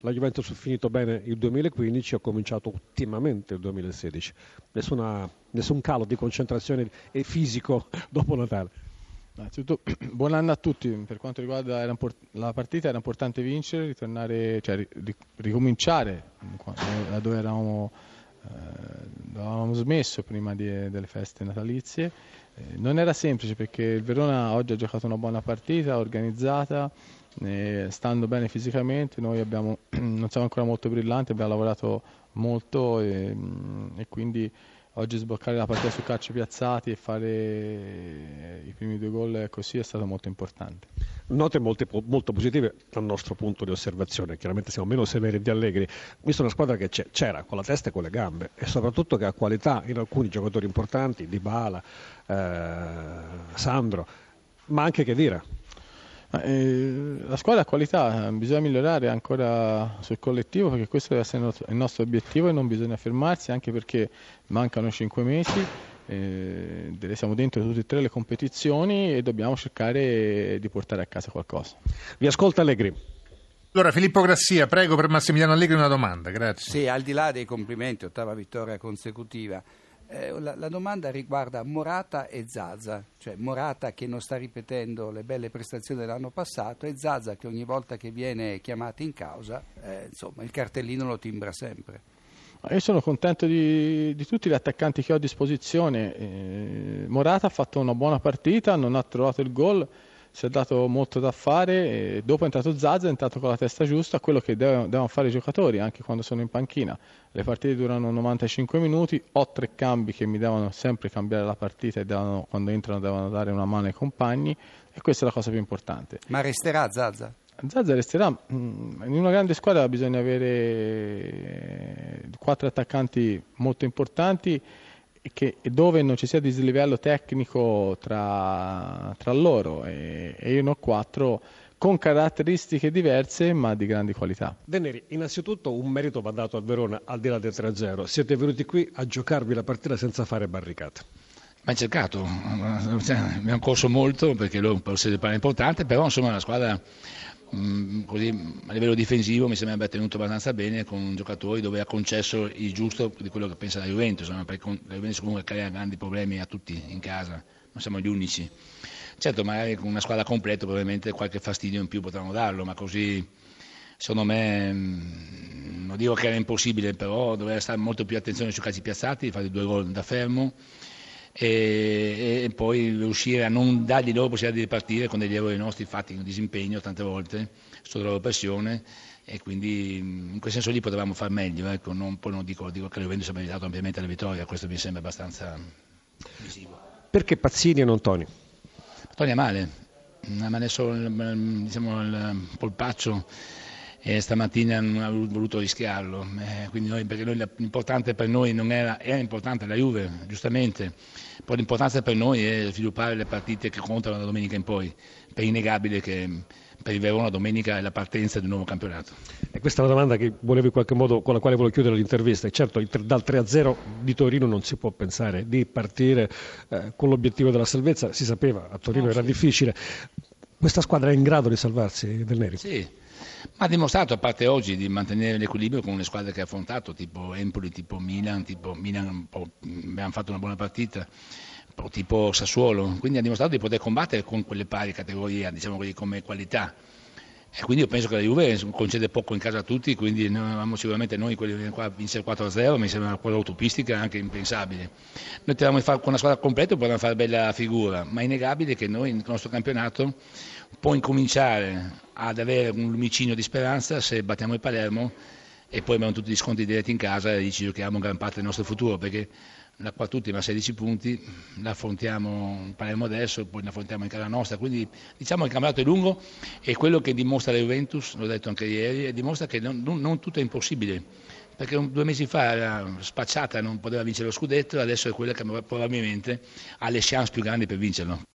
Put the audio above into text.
La Juventus ha finito bene il 2015 e ha cominciato ottimamente il 2016. Nessun calo di concentrazione e fisico dopo Natale. Innanzitutto, buon anno a tutti. Per quanto riguarda la partita, era importante vincere, ritornare, cioè ricominciare da dove avevamo smesso prima delle feste natalizie. Non era semplice perché il Verona oggi ha giocato una buona partita, organizzata, stando bene fisicamente. Noi non siamo ancora molto brillanti, abbiamo lavorato molto e quindi oggi sbloccare la partita su calci piazzati e fare i primi 2 gol così è stato molto importante. Note molto positive dal nostro punto di osservazione, chiaramente siamo meno severi di Allegri, visto una squadra che c'era con la testa e con le gambe e soprattutto che ha qualità in alcuni giocatori importanti, Dybala, Sandro, ma anche Khedira. La squadra ha qualità, bisogna migliorare ancora sul collettivo perché questo deve essere il nostro obiettivo e non bisogna fermarsi anche perché mancano 5 mesi, siamo dentro tutte e 3 le competizioni e dobbiamo cercare di portare a casa qualcosa. Vi ascolta Allegri. Allora Filippo Grassia, prego per Massimiliano Allegri una domanda, grazie. Sì, al di là dei complimenti, 8ª vittoria consecutiva. La domanda riguarda Morata e Zaza, cioè Morata che non sta ripetendo le belle prestazioni dell'anno passato e Zaza che ogni volta che viene chiamato in causa, insomma, il cartellino lo timbra sempre. Io sono contento di tutti gli attaccanti che ho a disposizione. Morata ha fatto una buona partita, non ha trovato il gol, si è dato molto da fare e dopo è entrato Zaza, è entrato con la testa giusta, quello che devono fare i giocatori anche quando sono in panchina. Le partite durano 95 minuti, ho 3 cambi che mi devono sempre cambiare la partita e quando entrano devono dare una mano ai compagni e questa è la cosa più importante. Ma resterà Zaza? Zaza resterà. In una grande squadra bisogna avere 4 attaccanti molto importanti dove non ci sia dislivello tecnico tra loro e io ne ho 4 con caratteristiche diverse ma di grandi qualità. De Neri, innanzitutto un merito va dato al Verona al di là del 3-0. Siete venuti qui a giocarvi la partita senza fare barricate. Ma cercato, abbiamo corso molto perché loro possono fare importante, però insomma la squadra così a livello difensivo mi sembra aver tenuto abbastanza bene con giocatori dove ha concesso il giusto di quello che pensa la Juventus, insomma, perché la Juventus comunque crea grandi problemi a tutti in casa, non siamo gli unici. Certo, magari con una squadra completa probabilmente qualche fastidio in più potranno darlo, ma così secondo me non dico che era impossibile, però doveva stare molto più attenzione sui calci piazzati, fare 2 gol da fermo e poi riuscire a non dargli loro possibilità di partire con degli errori nostri fatti in disimpegno tante volte sotto la loro pressione e quindi in quel senso lì potevamo far meglio, ecco. Poi non dico che la Juventus ha meritato ampiamente la vittoria, questo mi sembra abbastanza visivo. Perché Pazzini e non Toni? Toni è male, adesso diciamo, il polpaccio e stamattina non ha voluto rischiarlo, quindi perché l'importante per noi non era importante la Juve, giustamente, poi l'importanza per noi è sviluppare le partite che contano da domenica in poi, è innegabile che per il Verona domenica è la partenza di un nuovo campionato. E questa è la domanda che volevo in qualche modo, con la quale volevo chiudere l'intervista. Certo, dal 3-0 di Torino non si può pensare di partire con l'obiettivo della salvezza, si sapeva, a Torino era difficile. Questa squadra è in grado di salvarsi, Del Neri? Sì. Ma ha dimostrato, a parte oggi, di mantenere l'equilibrio con le squadre che ha affrontato, tipo Empoli, tipo Milan abbiamo fatto una buona partita, tipo Sassuolo, quindi ha dimostrato di poter combattere con quelle pari categorie, diciamo così, come qualità. E quindi io penso che la Juve concede poco in casa a tutti, quindi noi avevamo sicuramente quelli qua a vincere 4-0, mi sembra una cosa utopistica, anche impensabile. Noi con una squadra completa potevamo fare bella figura, ma è innegabile che noi nel nostro campionato può incominciare ad avere un lumicino di speranza se battiamo il Palermo e poi abbiamo tutti gli scontri diretti in casa e ci giochiamo gran parte del nostro futuro, perché la quart'ultima a 16 punti la affrontiamo il Palermo adesso, poi la affrontiamo in casa nostra, quindi diciamo che il campionato è lungo e quello che dimostra la Juventus, l'ho detto anche ieri, dimostra che non tutto è impossibile, perché 2 mesi fa era spacciata, non poteva vincere lo scudetto, adesso è quella che probabilmente ha le chance più grandi per vincerlo.